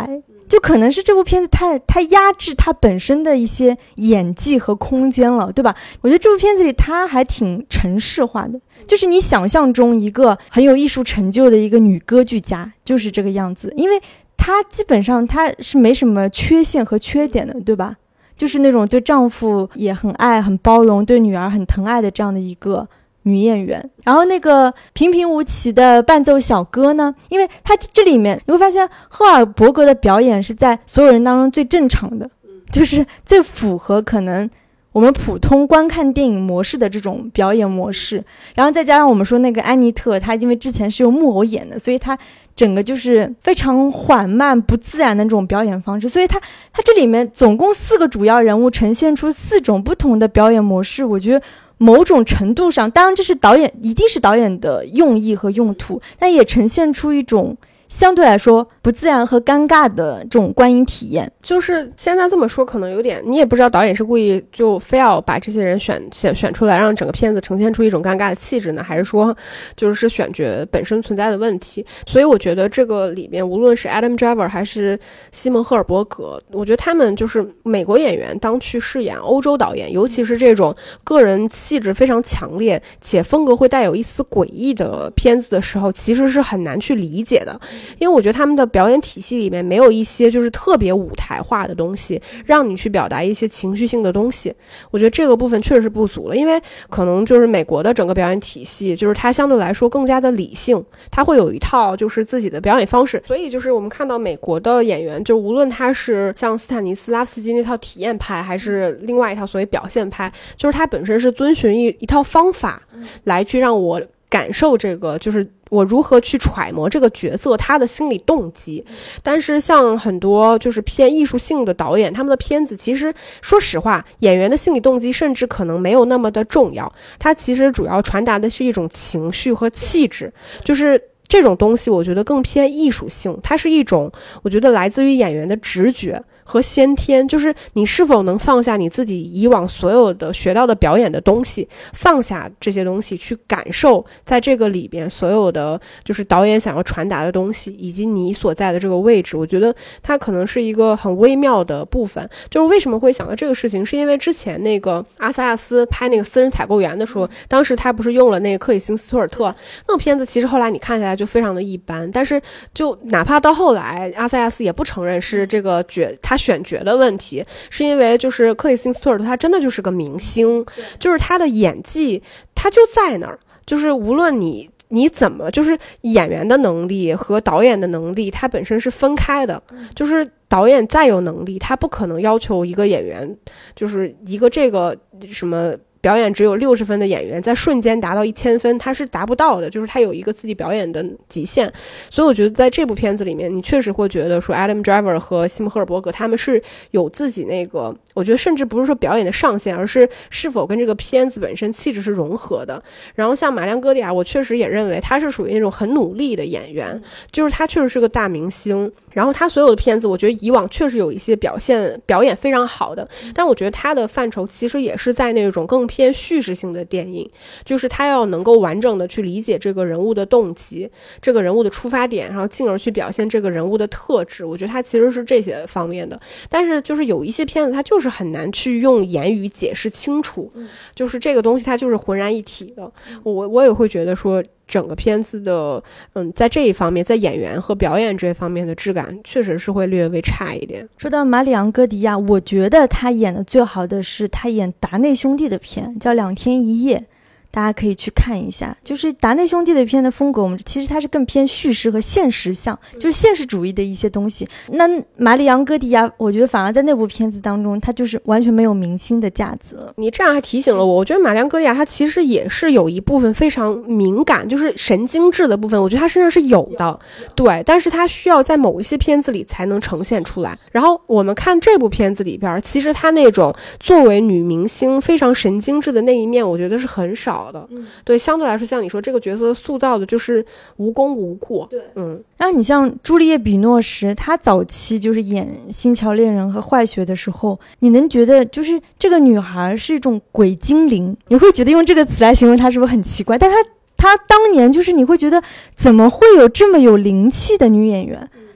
就可能是这部片子太压制它本身的一些演技和空间了，对吧？我觉得这部片子里它还挺程式化的，就是你想象中一个很有艺术成就的一个女歌剧家就是这个样子，因为她基本上她是没什么缺陷和缺点的，对吧？就是那种对丈夫也很爱很包容，对女儿很疼爱的这样的一个女演员。然后那个平平无奇的伴奏小哥呢，因为他这里面你会发现赫尔伯格的表演是在所有人当中最正常的，就是最符合可能我们普通观看电影模式的这种表演模式。然后再加上我们说那个安妮特，她因为之前是用木偶演的，所以她整个就是非常缓慢不自然的那种表演方式，所以她这里面总共4个主要人物呈现出4种不同的表演模式。我觉得某种程度上，当然这是一定是导演的用意和用途，但也呈现出一种相对来说不自然和尴尬的这种观影体验。 就是现在这么说可能有点，你也不知道导演是故意就非要把这些人选出来，让整个片子呈现出一种尴尬的气质呢，还是说就是选角本身存在的问题。所以我觉得这个里面无论是 Adam Driver 还是西蒙赫尔伯格，我觉得他们就是美国演员当去饰演欧洲导演，尤其是这种个人气质非常强烈且风格会带有一丝诡异的片子的时候，其实是很难去理解的。因为我觉得他们的表演体系里面没有一些就是特别舞台化的东西，让你去表达一些情绪性的东西，我觉得这个部分确实是不足了。因为可能就是美国的整个表演体系，就是它相对来说更加的理性，它会有一套就是自己的表演方式，所以就是我们看到美国的演员，就无论他是像斯坦尼斯拉夫斯基那套体验派，还是另外一套所谓表现派，就是他本身是遵循一套方法来去让我感受这个，就是我如何去揣摩这个角色他的心理动机。但是像很多就是偏艺术性的导演，他们的片子其实说实话，演员的心理动机甚至可能没有那么的重要，它其实主要传达的是一种情绪和气质，就是这种东西我觉得更偏艺术性，它是一种我觉得来自于演员的直觉和先天，就是你是否能放下你自己以往所有的学到的表演的东西，放下这些东西去感受在这个里边所有的就是导演想要传达的东西，以及你所在的这个位置。我觉得它可能是一个很微妙的部分。就是为什么会想到这个事情，是因为之前那个阿萨亚斯拍那个私人采购员的时候，当时他不是用了那个克里斯汀斯图尔特，那个片子其实后来你看下来就非常的一般，但是就哪怕到后来阿萨亚斯也不承认是这个他选角的问题，是因为就是克里斯汀斯图尔特他真的就是个明星，就是他的演技他就在那儿，就是无论你怎么就是演员的能力和导演的能力它本身是分开的，就是导演再有能力他不可能要求一个演员，就是一个这个什么表演只有60分的演员在瞬间达到1000分，他是达不到的，就是他有一个自己表演的极限。所以我觉得在这部片子里面，你确实会觉得说 Adam Driver 和西蒙赫尔伯格他们是有自己那个，我觉得甚至不是说表演的上限，而是否跟这个片子本身气质是融合的。然后像马良戈迪亚，我确实也认为他是属于那种很努力的演员，就是他确实是个大明星，然后他所有的片子我觉得以往确实有一些表演非常好的，但我觉得他的范畴其实也是在那种更偏叙事性的电影，就是他要能够完整的去理解这个人物的动机，这个人物的出发点，然后进而去表现这个人物的特质。我觉得他其实是这些方面的，但是就是有一些片子他就是很难去用言语解释清楚，就是这个东西它就是浑然一体的。我也会觉得说整个片子的在这一方面，在演员和表演这一方面的质感确实是会略微差一点。 说到马里昂戈迪亚，我觉得他演的最好的是他演达内兄弟的片，叫2天1夜，大家可以去看一下。就是达内兄弟的片的风格，我们其实它是更偏叙事和现实向，就是现实主义的一些东西。那马里昂戈迪亚，我觉得反而在那部片子当中，他就是完全没有明星的架子了。 你这样还提醒了我，我觉得马里昂戈迪亚他其实也是有一部分非常敏感，就是神经质的部分，我觉得他身上是有的，对，但是他需要在某一些片子里才能呈现出来。然后我们看这部片子里边，其实他那种作为女明星非常神经质的那一面，我觉得是很少的。对，相对来说像你说这个角色塑造的就是无功无过。对， 然后你像朱丽叶·比诺什，她早期就是演《星桥恋人》和《坏血》的时候，你能觉得就是这个女孩是一种鬼精灵，你会觉得用这个词来形容她是不是很奇怪？但她当年就是你会觉得怎么会有这么有灵气的女演员？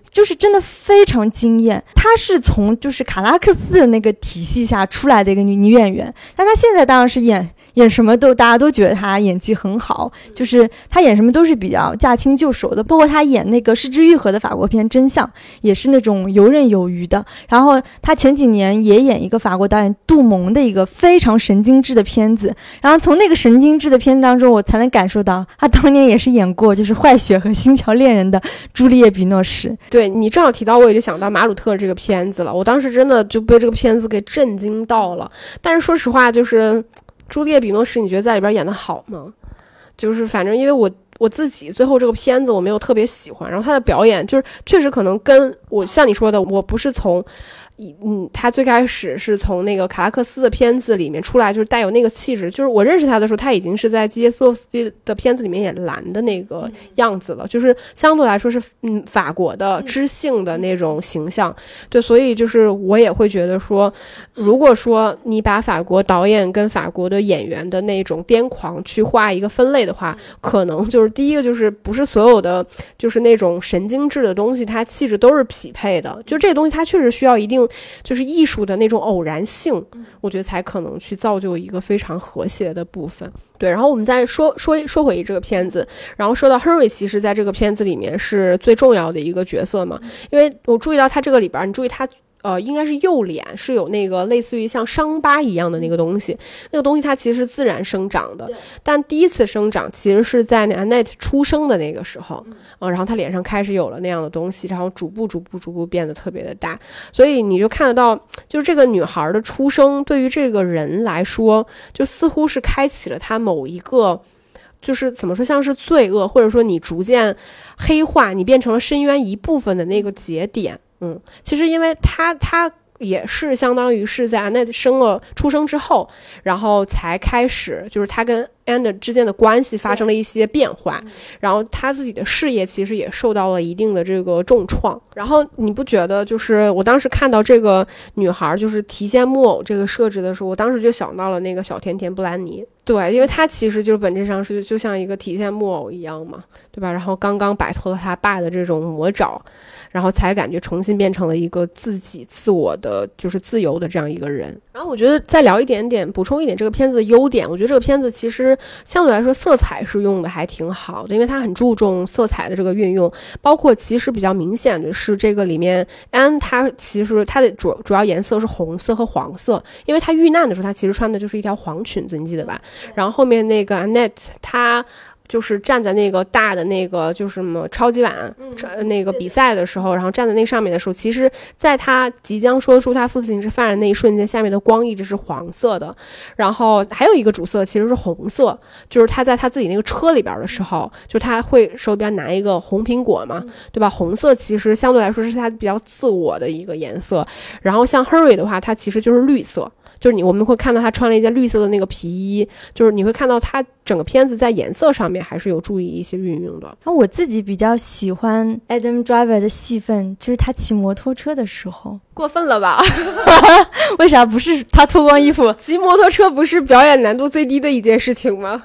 就是真的非常惊艳。她是从就是卡拉克斯的那个体系下出来的一个女演员，但她现在当然是演什么都大家都觉得她演技很好，就是她演什么都是比较驾轻就熟的，包括她演那个失之愈合的法国片《真相》也是那种游刃有余的。然后她前几年也演一个法国导演杜蒙的一个非常神经质的片子，然后从那个神经质的片子当中我才能感受到她当年也是演过就是《坏血》和《星桥恋人》的朱丽叶·比诺什。 对，你正好提到，我也就想到马鲁特这个片子了，我当时真的就被这个片子给震惊到了。但是说实话，就是朱丽叶·比诺什，你觉得在里边演得好吗？就是反正因为我自己最后这个片子我没有特别喜欢，然后他的表演就是确实可能跟我像你说的，我不是从他最开始是从那个卡拉克斯的片子里面出来，就是带有那个气质，就是我认识他的时候他已经是在基耶斯洛夫斯基的片子里面演蓝的那个样子了，就是相对来说是法国的知性的那种形象。对，所以就是我也会觉得说，如果说你把法国导演跟法国的演员的那种癫狂去画一个分类的话，可能就是第一个就是不是所有的就是那种神经质的东西它气质都是匹配的，就这个东西它确实需要一定就是艺术的那种偶然性，我觉得才可能去造就一个非常和谐的部分。对，然后我们再说回这个片子，然后说到 Henry 其实在这个片子里面是最重要的一个角色嘛，因为我注意到他这个里边，你注意他应该是右脸是有那个类似于像伤疤一样的那个东西，那个东西它其实是自然生长的，但第一次生长其实是在Annette 出生的那个时候，然后她脸上开始有了那样的东西，然后逐步变得特别的大，所以你就看得到，就是这个女孩的出生对于这个人来说，就似乎是开启了她某一个。就是怎么说，像是罪恶，或者说你逐渐黑化，你变成了深渊一部分的那个节点。其实因为他也是相当于是在Annette出生之后，然后才开始就是他跟Anne 之间的关系发生了一些变化，然后他自己的事业其实也受到了一定的这个重创。然后你不觉得就是我当时看到这个女孩就是提线木偶这个设置的时候，我当时就想到了那个小甜甜布兰妮。对，因为她其实就是本质上是就像一个提线木偶一样嘛，对吧？然后刚刚摆脱了他爸的这种魔爪，然后才感觉重新变成了一个自我的就是自由的这样一个人。然后我觉得再聊一点点，补充一点这个片子的优点，我觉得这个片子其实相对来说色彩是用的还挺好的，因为它很注重色彩的这个运用，包括其实比较明显的是这个里面安它其实它的主要颜色是红色和黄色，因为它遇难的时候它其实穿的就是一条黄裙子，你记得吧？然后后面那个 Annette 她就是站在那个大的那个就是什么超级碗那个比赛的时候，然后站在那上面的时候，其实在他即将说出他父亲是犯人那一瞬间，下面的光一直是黄色的，然后还有一个主色其实是红色，就是他在他自己那个车里边的时候，就他会手边拿一个红苹果嘛，对吧？红色其实相对来说是他比较自我的一个颜色，然后像 Henry 的话，他其实就是绿色。就是我们会看到他穿了一件绿色的那个皮衣，就是你会看到他整个片子在颜色上面还是有注意一些运用的。 然后我自己比较喜欢 Adam Driver 的戏份，就是他骑摩托车的时候。 过分了吧？ 为啥不是他脱光衣服？ 骑摩托车不是表演难度最低的一件事情吗？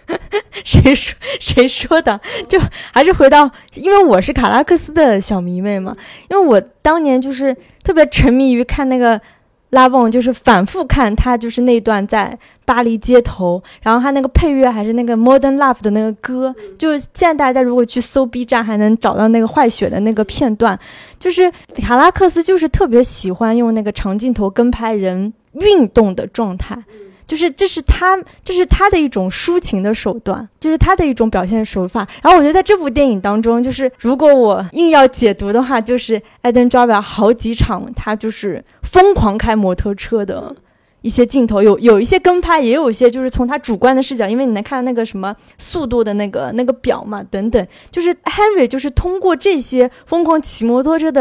谁说的？就还是回到，因为我是卡拉克斯的小迷妹嘛，因为我当年就是特别沉迷于看那个拉旺，就是反复看他就是那段在巴黎街头，然后他那个配乐还是那个 Modern Love 的那个歌，就现在大家如果去搜 B 站还能找到那个坏血的那个片段，就是卡拉克斯就是特别喜欢用那个长镜头跟拍人运动的状态，就是这是他的一种抒情的手段，就是他的一种表现手法。然后我觉得在这部电影当中，就是如果我硬要解读的话，就是 Adam Driver 好几场他就是疯狂开摩托车的一些镜头，有一些跟拍，也有一些就是从他主观的视角，因为你能看到那个什么速度的那个表嘛等等，就是 Henry 就是通过这些疯狂骑摩托车的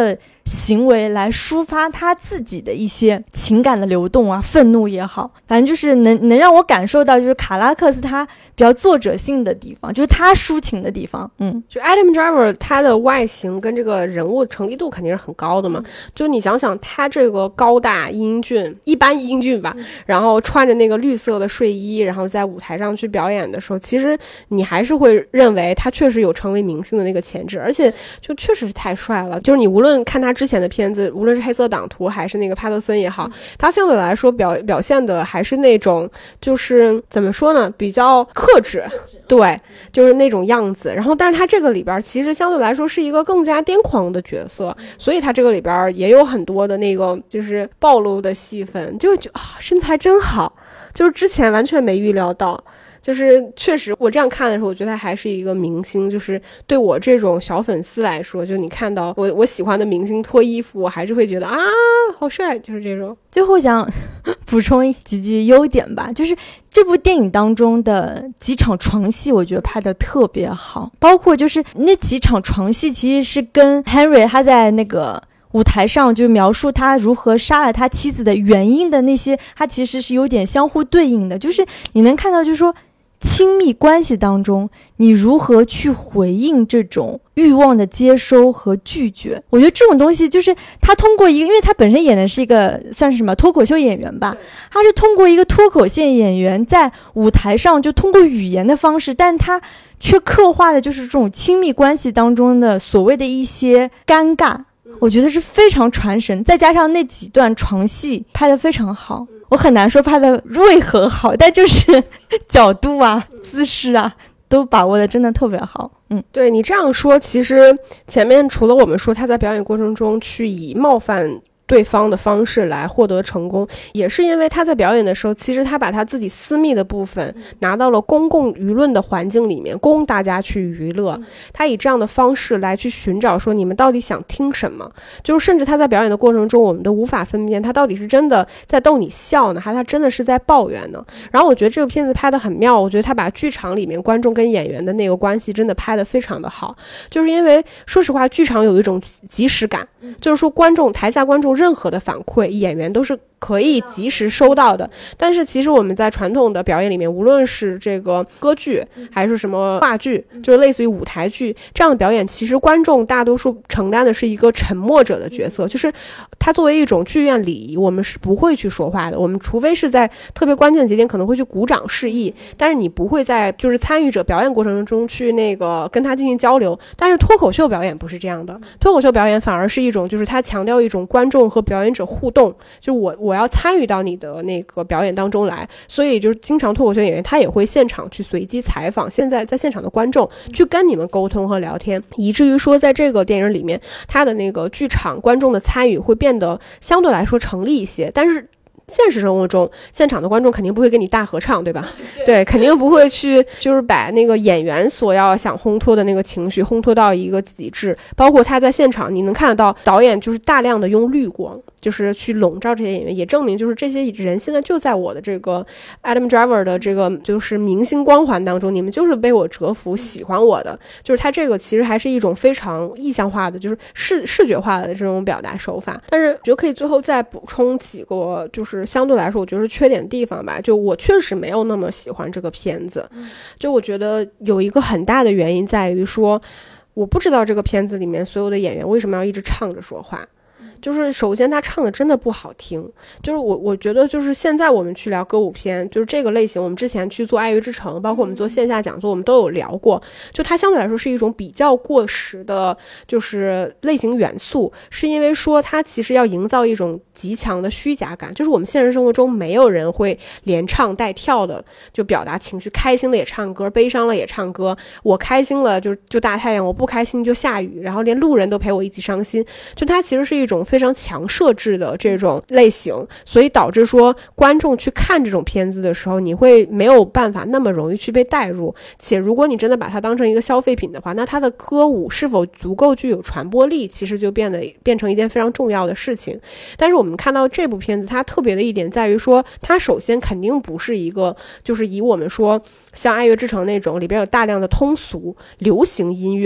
行为来抒发他自己的一些情感的流动啊，愤怒也好，反正就是能让我感受到就是卡拉克斯他比较作者性的地方，就是他抒情的地方。 就 Adam Driver 他的外形跟这个人物成立度肯定是很高的嘛，就你想想他这个高大英俊，一般英俊吧，然后穿着那个绿色的睡衣，然后在舞台上去表演的时候，其实你还是会认为他确实有成为明星的那个潜质，而且就确实是太帅了。就是你无论看他之前的片子，无论是黑色党徒还是那个帕特森也好，他相对来说表现的还是那种就是怎么说呢，比较克制，对，就是那种样子。然后但是他这个里边其实相对来说是一个更加癫狂的角色，所以他这个里边也有很多的那个就是暴露的戏份，就身材真好，就是之前完全没预料到。就是确实我这样看的时候，我觉得他还是一个明星，就是对我这种小粉丝来说，就你看到我喜欢的明星脱衣服，我还是会觉得啊好帅，就是这种。 最后想补充几句优点吧，就是这部电影当中的几场床戏我觉得拍得特别好，包括就是那几场床戏其实是跟 Henry 他在那个舞台上就描述他如何杀了他妻子的原因的那些，他其实是有点相互对应的，就是你能看到就是说亲密关系当中你如何去回应这种欲望的接收和拒绝。我觉得这种东西就是他通过一个，因为他本身演的是一个算是什么脱口秀演员吧，他是通过一个脱口秀演员在舞台上就通过语言的方式，但他却刻画的就是这种亲密关系当中的所谓的一些尴尬，我觉得是非常传神，再加上那几段床戏拍得非常好，我很难说拍的为何好，但就是角度啊姿势啊都把握的真的特别好。 对，你这样说，其实前面除了我们说他在表演过程中去以冒犯对方的方式来获得成功，也是因为他在表演的时候，其实他把他自己私密的部分拿到了公共舆论的环境里面，供大家去娱乐。他以这样的方式来去寻找说你们到底想听什么，就是甚至他在表演的过程中，我们都无法分辨他到底是真的在逗你笑呢，还是他真的是在抱怨呢。然后我觉得这个片子拍得很妙，我觉得他把剧场里面观众跟演员的那个关系真的拍得非常的好，就是因为说实话剧场有一种即时感，就是说台下观众任何的反馈演员都是可以及时收到的。但是其实我们在传统的表演里面，无论是这个歌剧还是什么话剧，就是类似于舞台剧这样的表演，其实观众大多数承担的是一个沉默者的角色，就是他作为一种剧院礼仪，我们是不会去说话的，我们除非是在特别关键的节点可能会去鼓掌示意，但是你不会在就是参与者表演过程中去那个跟他进行交流。但是脱口秀表演不是这样的，脱口秀表演反而是一种就是他强调一种观众和表演者互动，就是我要参与到你的那个表演当中来，所以就是经常脱口秀演员他也会现场去随机采访现在在现场的观众，去跟你们沟通和聊天，以至于说在这个电影里面他的那个剧场观众的参与会变得相对来说成立一些。但是现实生活中现场的观众肯定不会跟你大合唱，对吧？对，肯定不会去就是把那个演员所要想烘托的那个情绪烘托到一个极致。包括他在现场你能看得到导演就是大量的用绿光就是去笼罩这些演员，也证明就是这些人现在就在我的这个 Adam Driver 的这个就是明星光环当中，你们就是被我折服喜欢我的，就是他这个其实还是一种非常意象化的就是视觉化的这种表达手法。但是我觉得可以最后再补充几个就是相对来说我觉得是缺点地方吧，就我确实没有那么喜欢这个片子，就我觉得有一个很大的原因在于说我不知道这个片子里面所有的演员为什么要一直唱着说话，就是首先他唱的真的不好听，就是我觉得就是现在我们去聊歌舞片就是这个类型，我们之前去做爱乐之城包括我们做线下讲座我们都有聊过，就它相对来说是一种比较过时的就是类型元素，是因为说它其实要营造一种极强的虚假感，就是我们现实生活中没有人会连唱带跳的就表达情绪，开心了也唱歌，悲伤了也唱歌，我开心了就大太阳，我不开心就下雨，然后连路人都陪我一起伤心，就它其实是一种非常强设置的这种类型，所以导致说观众去看这种片子的时候，你会没有办法那么容易去被带入，且如果你真的把它当成一个消费品的话，那它的歌舞是否足够具有传播力，其实就变成一件非常重要的事情。但是我们看到这部片子它特别的一点在于说，它首先肯定不是一个就是以我们说像爱乐之城那种里边有大量的通俗流行音乐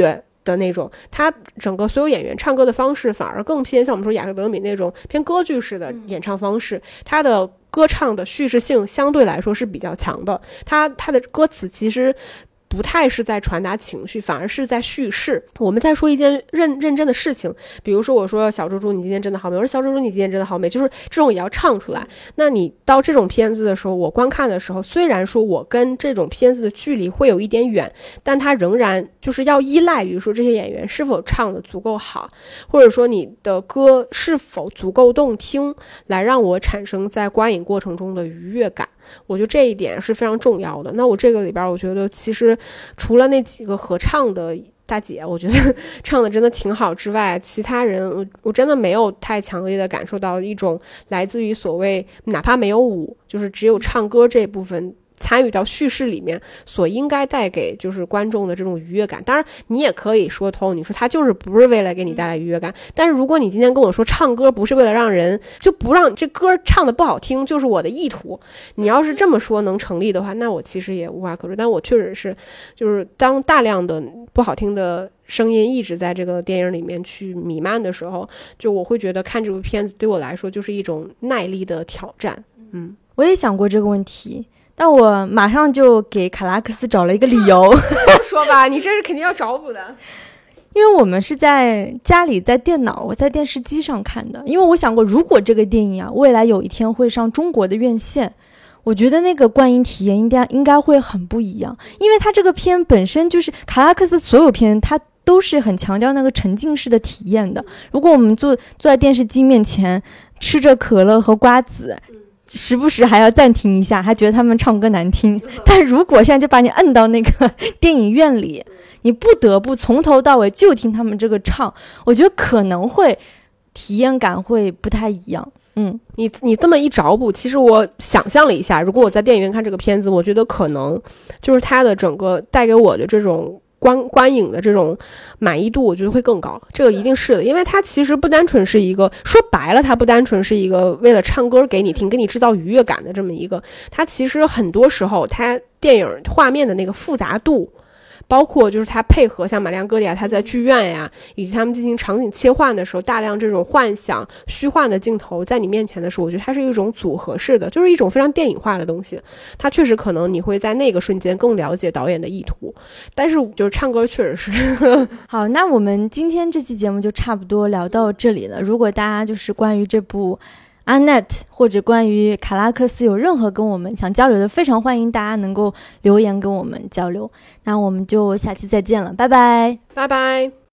的那种，他整个所有演员唱歌的方式反而更偏向我们说雅克德米那种偏歌剧式的演唱方式，他的歌唱的叙事性相对来说是比较强的，他的歌词其实不太是在传达情绪，反而是在叙事。我们在说一件认真的事情，比如说我说小猪猪你今天真的好美，我说小猪猪你今天真的好美，就是这种也要唱出来。那你到这种片子的时候，我观看的时候，虽然说我跟这种片子的距离会有一点远，但它仍然就是要依赖于说这些演员是否唱的足够好，或者说你的歌是否足够动听，来让我产生在观影过程中的愉悦感。我觉得这一点是非常重要的。那我这个里边我觉得其实除了那几个合唱的大姐我觉得唱的真的挺好之外，其他人我真的没有太强烈的感受到一种来自于所谓哪怕没有舞，就是只有唱歌这部分参与到叙事里面所应该带给就是观众的这种愉悦感。当然你也可以说通，你说他就是不是为了给你带来愉悦感，但是如果你今天跟我说唱歌不是为了让人就不让这歌唱的不好听就是我的意图，你要是这么说能成立的话，那我其实也无话可说。但我确实是就是当大量的不好听的声音一直在这个电影里面去弥漫的时候，就我会觉得看这部片子对我来说就是一种耐力的挑战。 我也想过这个问题，但我马上就给卡拉克斯找了一个理由说吧，你这是肯定要找补的。 因为我们是在家里在电脑我在电视机上看的，因为我想过如果这个电影啊未来有一天会上中国的院线，我觉得那个观影体验应该会很不一样。因为它这个片本身就是卡拉克斯所有片它都是很强调那个沉浸式的体验的。如果我们坐在电视机面前吃着可乐和瓜子，时不时还要暂停一下，还觉得他们唱歌难听。但如果现在就把你摁到那个电影院里，你不得不从头到尾就听他们这个唱，我觉得可能会体验感会不太一样。 你这么一找补，其实我想象了一下，如果我在电影院看这个片子，我觉得可能就是它的整个带给我的这种观影的这种满意度我觉得会更高，这个一定是的。因为它其实不单纯是一个，说白了它不单纯是一个为了唱歌给你听给你制造愉悦感的这么一个，它其实很多时候它电影画面的那个复杂度，包括就是它配合像玛丽安哥迪亚他在剧院呀，以及他们进行场景切换的时候，大量这种幻想虚幻的镜头在你面前的时候，我觉得它是一种组合式的，就是一种非常电影化的东西。它确实可能你会在那个瞬间更了解导演的意图，但是就是唱歌确实是好，那我们今天这期节目就差不多聊到这里了。如果大家就是关于这部Annette 或者关于卡拉克斯有任何跟我们想交流的，非常欢迎大家能够留言跟我们交流。那我们就下期再见了，拜拜， 拜拜。